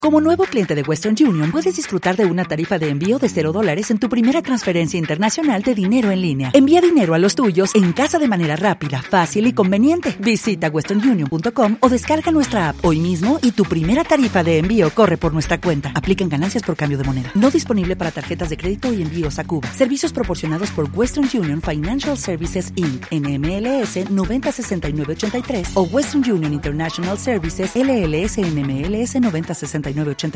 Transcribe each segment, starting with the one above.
Como nuevo cliente de Western Union, puedes disfrutar de una tarifa de envío de $0 en tu primera transferencia internacional de dinero en línea. Envía dinero a los tuyos en casa de manera rápida, fácil y conveniente. Visita westernunion.com o descarga nuestra app hoy mismo y tu primera tarifa de envío corre por nuestra cuenta. Aplican ganancias por cambio de moneda. No disponible para tarjetas de crédito y envíos a Cuba. Servicios proporcionados por Western Union Financial Services Inc. NMLS 906983 o Western Union International Services LLS NMLS 906985.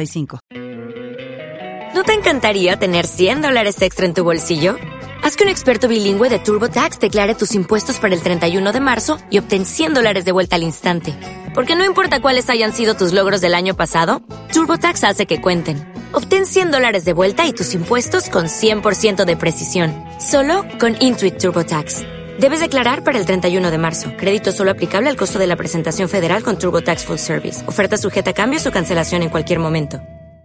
¿No te encantaría tener $100 extra en tu bolsillo? Haz que un experto bilingüe de TurboTax declare tus impuestos para el 31 de marzo y obtén $100 de vuelta al instante. Porque no importa cuáles hayan sido tus logros del año pasado, TurboTax hace que cuenten. Obtén $100 de vuelta y tus impuestos con 100% de precisión. Solo con Intuit TurboTax. Debes declarar para el 31 de marzo. Crédito solo aplicable al costo de la presentación federal con TurboTax Full Service. Oferta sujeta a cambios o cancelación en cualquier momento.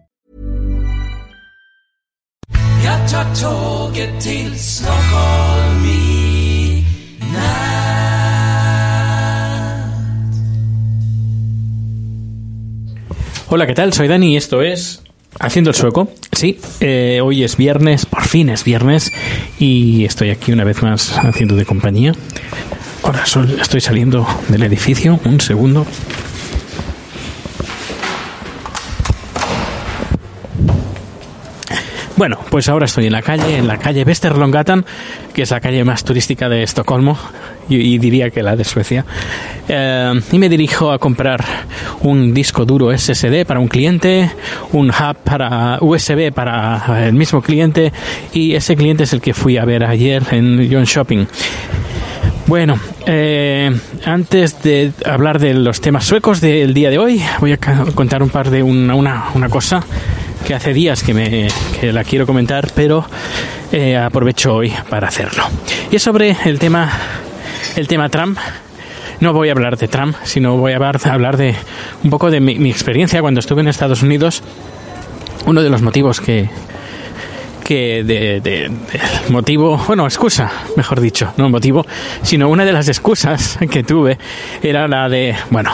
Hola, ¿qué tal? Soy Dani y esto es Haciendo el Sueco. Sí, hoy es viernes, por fin es viernes, y estoy aquí una vez más haciendo de compañía. Ahora estoy saliendo del edificio, un segundo. Bueno, pues ahora estoy en la calle Västerlånggatan, que es la calle más turística de Estocolmo, y diría que la de Suecia. Y me dirijo a comprar un disco duro SSD para un cliente, un hub para USB para el mismo cliente, y ese cliente es el que fui a ver ayer en John Shopping. Bueno, antes de hablar de los temas suecos del día de hoy, voy a contar una cosa que hace días que la quiero comentar, pero aprovecho hoy para hacerlo. Y es sobre el tema Trump. No voy a hablar de Trump, sino voy a hablar de un poco de mi experiencia cuando estuve en Estados Unidos. Uno de los motivos excusa, mejor dicho, no motivo, sino una de las excusas que tuve era la de,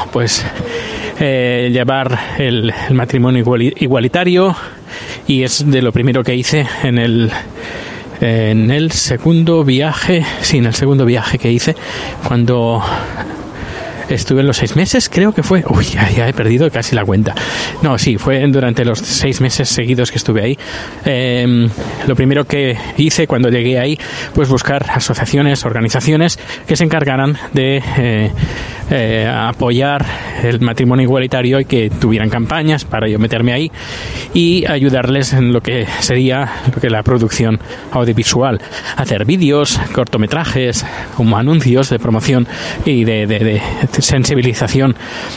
llevar el matrimonio igualitario, y es de lo primero que hice en el segundo viaje que hice cuando estuve en los 6 meses, creo que fue. Ya he perdido casi la cuenta. No, sí, fue durante los 6 meses seguidos que estuve ahí. Lo primero que hice cuando llegué ahí, pues buscar asociaciones, organizaciones que se encargaran de apoyar el matrimonio igualitario y que tuvieran campañas para yo meterme ahí y ayudarles en lo que sería la producción audiovisual, hacer vídeos, cortometrajes, como anuncios de promoción y de sensibilización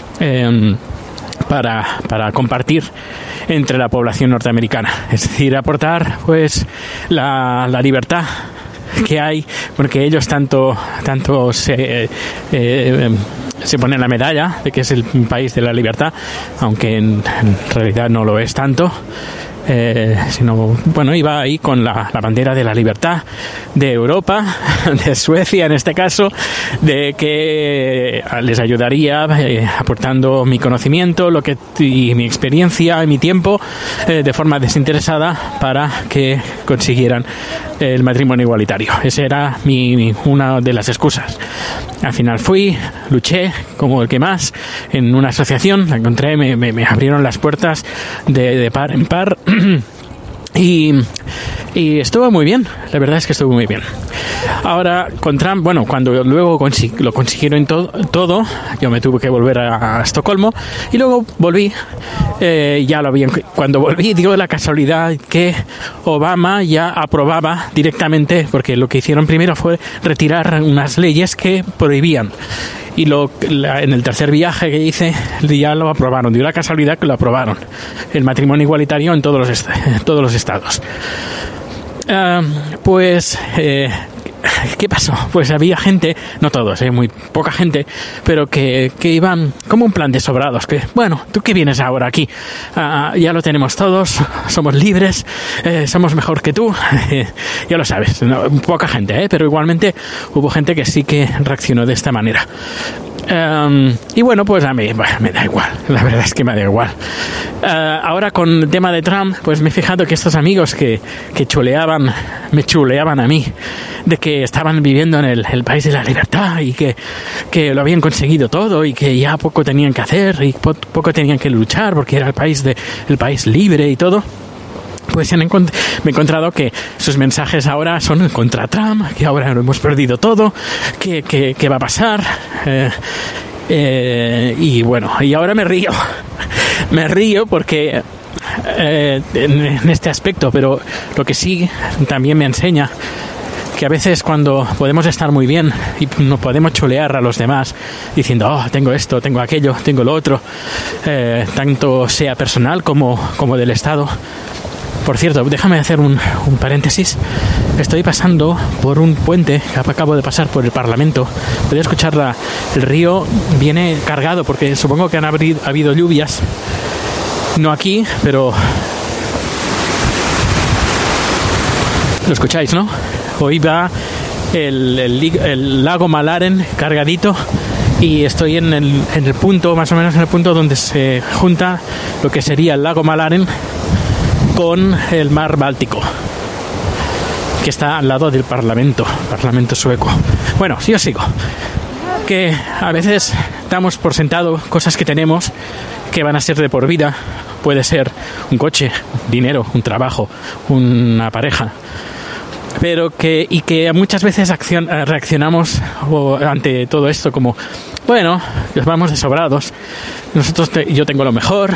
para compartir entre la población norteamericana, es decir, aportar pues la libertad que hay, porque ellos tanto se ponen la medalla de que es el país de la libertad, aunque en realidad no lo es tanto. Iba ahí con la bandera de la libertad de Europa, de Suecia en este caso, de que les ayudaría aportando mi conocimiento, y mi experiencia y mi tiempo de forma desinteresada para que consiguieran el matrimonio igualitario. Esa era una de las excusas. Al final luché como el que más en una asociación, la encontré, me abrieron las puertas de par en par. Y estuvo muy bien, la verdad es que estuvo muy bien. Ahora con Trump, cuando luego lo consiguieron todo, yo me tuve que volver a Estocolmo y luego volví. Cuando volví, dio la casualidad que Obama ya aprobaba directamente, porque lo que hicieron primero fue retirar unas leyes que prohibían. Y en el tercer viaje que hice ya lo aprobaron, dio la casualidad que lo aprobaron, el matrimonio igualitario en todos los estados. ¿Qué pasó? Pues había gente, no todos, muy poca gente, pero que iban como un plan de sobrados, que ¿tú qué vienes ahora aquí? Ya lo tenemos todos, somos libres, somos mejor que tú, ya lo sabes, poca gente, pero igualmente hubo gente que sí que reaccionó de esta manera. Y bueno, pues a mí me da igual, la verdad es que me da igual. Ahora con el tema de Trump, pues me he fijado que estos amigos que me chuleaban a mí, de que estaban viviendo en el país de la libertad y que lo habían conseguido todo y que ya poco tenían que hacer y poco tenían que luchar porque era el país libre y todo. Pues me he encontrado que sus mensajes ahora son contra Trump, que ahora lo hemos perdido todo, que va a pasar. Y bueno, y ahora me río porque en este aspecto, pero lo que sí también me enseña que a veces cuando podemos estar muy bien y nos podemos chulear a los demás diciendo, oh, tengo esto, tengo aquello, tengo lo otro, tanto sea personal como del Estado. Por cierto, déjame hacer un paréntesis. Estoy pasando por un puente, acabo de pasar por el Parlamento. Podría escuchar el río, viene cargado porque supongo que ha habido lluvias. No aquí, pero lo escucháis, ¿no? Hoy va el lago Mälaren cargadito y estoy en el punto, más o menos en el punto donde se junta lo que sería el lago Mälaren con el mar Báltico, que está al lado del Parlamento sueco. Bueno, sí os sigo. Que a veces damos por sentado cosas que tenemos que van a ser de por vida. Puede ser un coche, dinero, un trabajo, una pareja. Pero que muchas veces reaccionamos ante todo esto como, bueno, vamos de sobrados. Yo tengo lo mejor.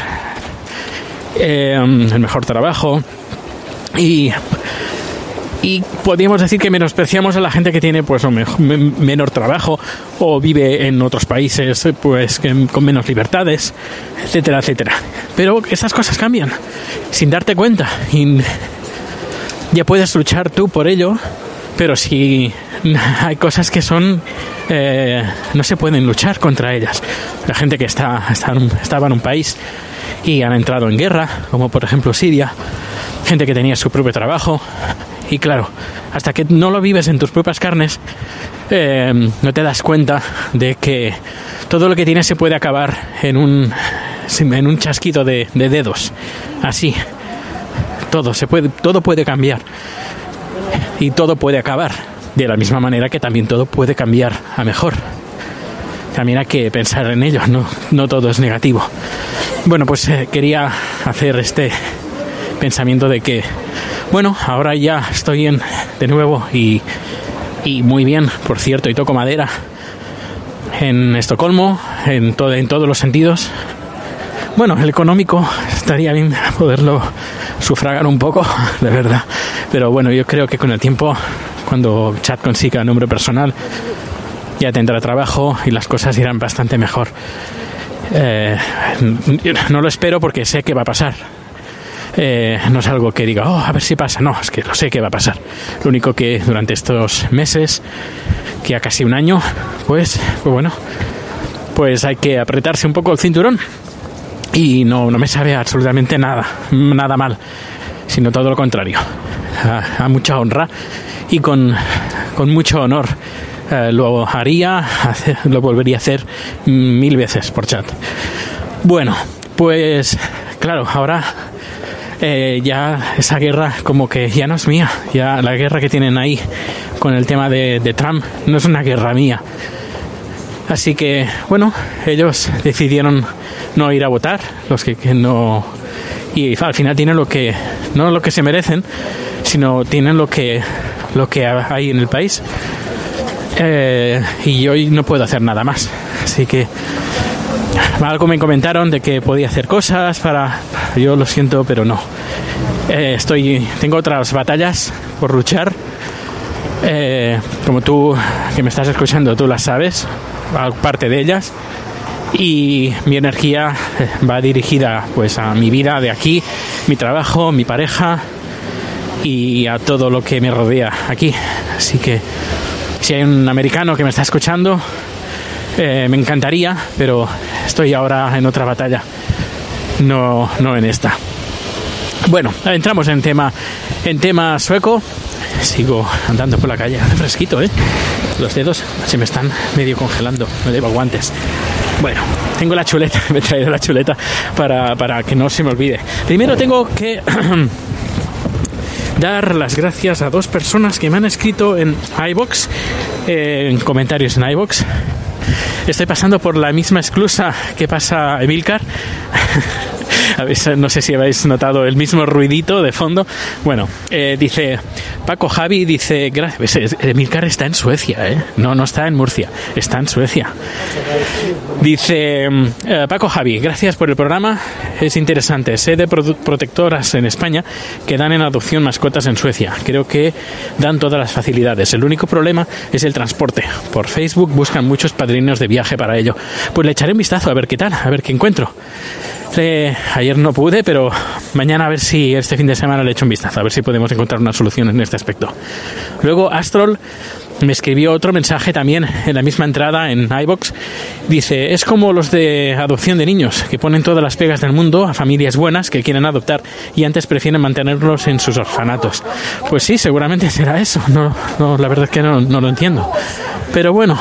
El mejor trabajo y podríamos decir que menospreciamos a la gente que tiene pues menor trabajo o vive en otros países pues con menos libertades, etcétera, etcétera. Pero esas cosas cambian sin darte cuenta y ya puedes luchar tú por ello, pero si hay cosas que no se pueden luchar contra ellas. La gente que estaba en un país y han entrado en guerra, como por ejemplo Siria, gente que tenía su propio trabajo, y claro, hasta que no lo vives en tus propias carnes, no te das cuenta de que todo lo que tienes se puede acabar en un chasquido de dedos, así. Todo puede cambiar y todo puede acabar, de la misma manera que también todo puede cambiar a mejor. También hay que pensar en ello, no todo es negativo. Bueno, pues quería hacer este pensamiento de que, bueno, ahora ya estoy de nuevo y muy bien, por cierto, y toco madera, en Estocolmo, en todos los sentidos. Bueno, el económico estaría bien poderlo sufragar un poco, de verdad. Pero bueno, yo creo que con el tiempo, cuando Chad consiga nombre personal, ya tendrá trabajo y las cosas irán bastante mejor. No lo espero porque sé que va a pasar. No es algo que diga, a ver si pasa. No, es que lo sé que va a pasar. Lo único que durante estos meses, que ya casi un año, pues bueno, pues hay que apretarse un poco el cinturón. Y no me sabe absolutamente nada mal, sino todo lo contrario. A mucha honra y con mucho honor. Lo haría, lo volvería a hacer 1000 veces por Chat. Bueno, pues claro, ahora ya esa guerra como que ya no es mía. Ya la guerra que tienen ahí con el tema de Trump no es una guerra mía. Así que, bueno, ellos decidieron no ir a votar, los que no... Y al final tienen no lo que se merecen, sino tienen lo que hay en el país. Y hoy no puedo hacer nada más. Así que algo me comentaron de que podía hacer cosas yo lo siento, pero no. Tengo otras batallas por luchar. Como tú que me estás escuchando, tú las sabes, parte de ellas. Y mi energía va dirigida pues a mi vida de aquí, mi trabajo, mi pareja y a todo lo que me rodea aquí. Así que si hay un americano que me está escuchando, me encantaría, pero estoy ahora en otra batalla, no en esta. Bueno, entramos en tema sueco. Sigo andando por la calle, hace fresquito, los dedos se me están medio congelando, no llevo guantes. Bueno, tengo la chuleta, me he traído la chuleta para que no se me olvide. Primero tengo que dar las gracias a 2 personas que me han escrito en iVoox, en comentarios en iVoox. Estoy pasando por la misma esclusa que pasa Emilcar. No sé si habéis notado el mismo ruidito de fondo. Bueno, dice Paco Javi, dice, gracias. Emilcar está en Suecia, no está en Murcia, está en Suecia. Dice Paco Javi, gracias por el programa, es interesante. Sé de protectoras en España que dan en adopción mascotas en Suecia. Creo que dan todas las facilidades. El único problema es el transporte. Por Facebook buscan muchos padrinos de viaje para ello. Pues le echaré un vistazo a ver qué tal, a ver qué encuentro. Ayer no pude, pero mañana a ver si este fin de semana le echo un vistazo, a ver si podemos encontrar una solución en este aspecto. Luego Astrol me escribió otro mensaje también en la misma entrada en iVoox. Dice, es como los de adopción de niños, que ponen todas las pegas del mundo a familias buenas que quieren adoptar y antes prefieren mantenerlos en sus orfanatos. Pues sí, seguramente será eso. No, la verdad es que no lo entiendo. Pero bueno,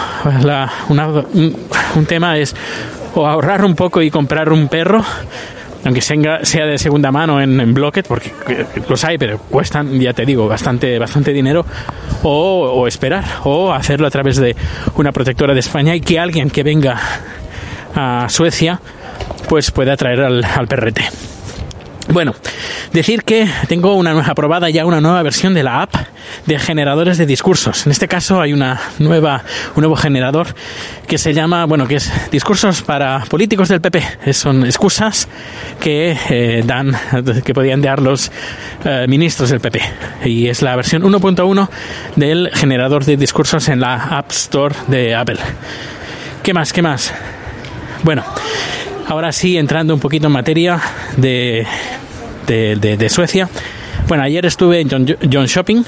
un tema es o ahorrar un poco y comprar un perro, aunque sea de segunda mano en Blocket, porque los hay, pero cuestan, ya te digo, bastante dinero, o esperar, o hacerlo a través de una protectora de España y que alguien que venga a Suecia pues pueda traer al perrete. Bueno, decir que tengo aprobada ya una nueva versión de la app de generadores de discursos. En este caso hay un nuevo generador que se llama, que es discursos para políticos del PP. Son excusas que que podían dar los ministros del PP. Y es la versión 1.1 del generador de discursos en la App Store de Apple. ¿Qué más? Bueno, ahora sí, entrando un poquito en materia de Suecia. Bueno, ayer estuve en Jönköping,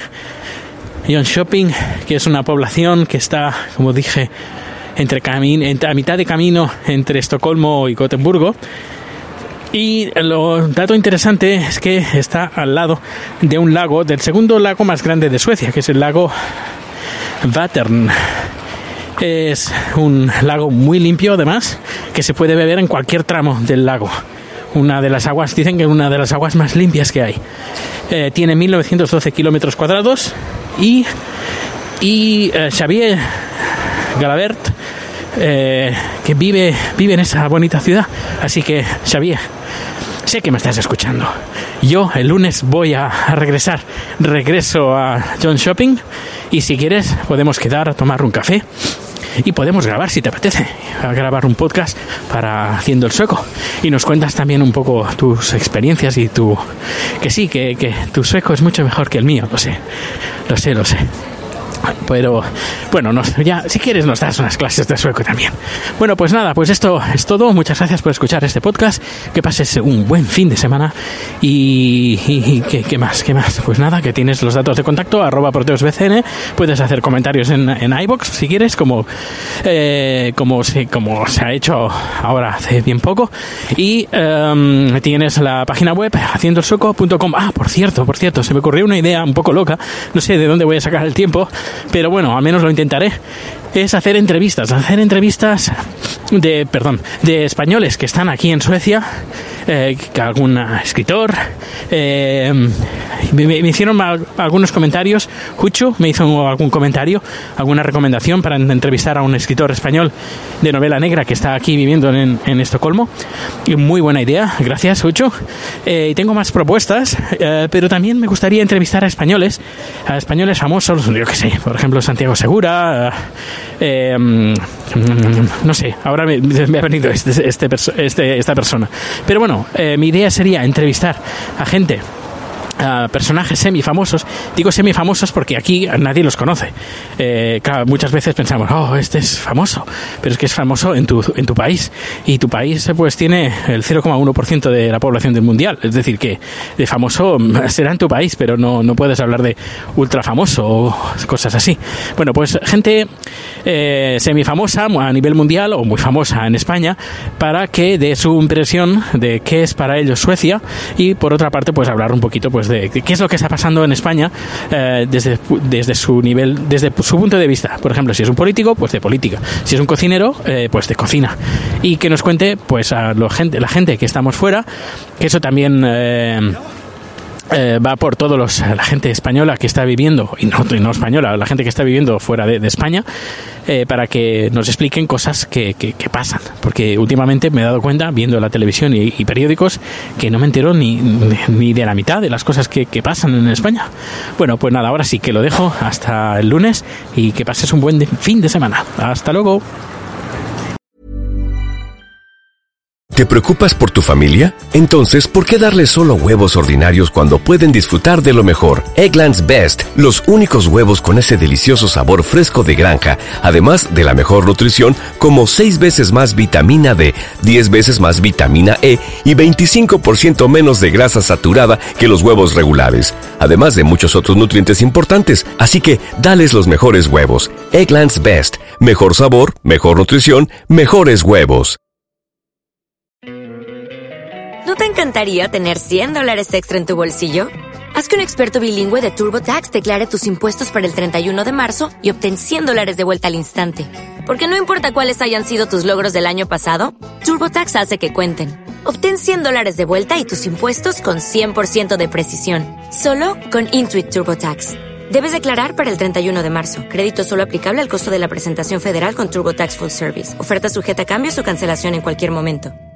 que es una población que está, como dije, a mitad de camino entre Estocolmo y Gotemburgo. Y lo dato interesante es que está al lado de un lago, del segundo lago más grande de Suecia, que es el lago Vättern. Es un lago muy limpio, además, que se puede beber en cualquier tramo del lago. Dicen que es una de las aguas más limpias que hay. Tiene 1.912 kilómetros cuadrados y Xavier Galabert, que vive en esa bonita ciudad. Así que, Xavier, sé que me estás escuchando. Yo el lunes voy a regreso a Jönköping y si quieres podemos quedar a tomar un café y podemos grabar, si te apetece, a grabar un podcast para Haciendo el Sueco, y nos cuentas también un poco tus experiencias y que tu sueco es mucho mejor que el mío, lo sé. Pero bueno, ya si quieres nos das unas clases de sueco también. Bueno, pues nada, pues esto es todo. Muchas gracias por escuchar este podcast. Que pases un buen fin de semana. Y ¿qué más? Pues nada, que tienes los datos de contacto @proteusbcn. Puedes hacer comentarios en iVoox si quieres, como se ha hecho ahora hace bien poco. Y tienes la página web haciendoelsueco.com. Por cierto, se me ocurrió una idea un poco loca. No sé de dónde voy a sacar el tiempo, pero bueno, al menos lo intentaré. Es hacer entrevistas de españoles que están aquí en Suecia, algún escritor. Me hicieron algunos comentarios. Huchu me hizo algún comentario, alguna recomendación para entrevistar a un escritor español de novela negra que está aquí viviendo en Estocolmo. Muy buena idea, gracias, Huchu. Tengo más propuestas, pero también me gustaría entrevistar a españoles famosos, yo que sé, por ejemplo Santiago Segura. No sé, ahora me ha venido esta persona. Pero bueno, mi idea sería entrevistar a gente personajes semifamosos. Digo semifamosos porque aquí nadie los conoce. Claro, muchas veces pensamos, este es famoso, pero es que es famoso en tu país, y tu país pues tiene el 0,1% de la población del mundial, es decir que de famoso será en tu país, pero no puedes hablar de ultra famoso o cosas así. Bueno, pues gente semifamosa a nivel mundial o muy famosa en España, para que dé su impresión de qué es para ellos Suecia, y por otra parte pues hablar un poquito pues de qué es lo que está pasando en España desde su nivel, desde su punto de vista. Por ejemplo, si es un político, pues de política; si es un cocinero, pues de cocina, y que nos cuente pues a la gente que estamos fuera, que eso también va por todos la gente española que está viviendo, y no española, la gente que está viviendo fuera de España, para que nos expliquen cosas que pasan, porque últimamente me he dado cuenta, viendo la televisión y periódicos, que no me entero ni de la mitad de las cosas que pasan en España. Bueno, pues nada, ahora sí que lo dejo hasta el lunes, y que pases un buen fin de semana. Hasta luego. ¿Te preocupas por tu familia? Entonces, ¿por qué darles solo huevos ordinarios cuando pueden disfrutar de lo mejor? Eggland's Best, los únicos huevos con ese delicioso sabor fresco de granja, además de la mejor nutrición, como 6 veces más vitamina D, 10 veces más vitamina E y 25% menos de grasa saturada que los huevos regulares, además de muchos otros nutrientes importantes. Así que, dales los mejores huevos. Eggland's Best, mejor sabor, mejor nutrición, mejores huevos. ¿No te encantaría tener $100 extra en tu bolsillo? Haz que un experto bilingüe de TurboTax declare tus impuestos para el 31 de marzo y obtén $100 de vuelta al instante. Porque no importa cuáles hayan sido tus logros del año pasado, TurboTax hace que cuenten. Obtén $100 de vuelta y tus impuestos con 100% de precisión. Solo con Intuit TurboTax. Debes declarar para el 31 de marzo. Crédito solo aplicable al costo de la presentación federal con TurboTax Full Service. Oferta sujeta a cambios o cancelación en cualquier momento.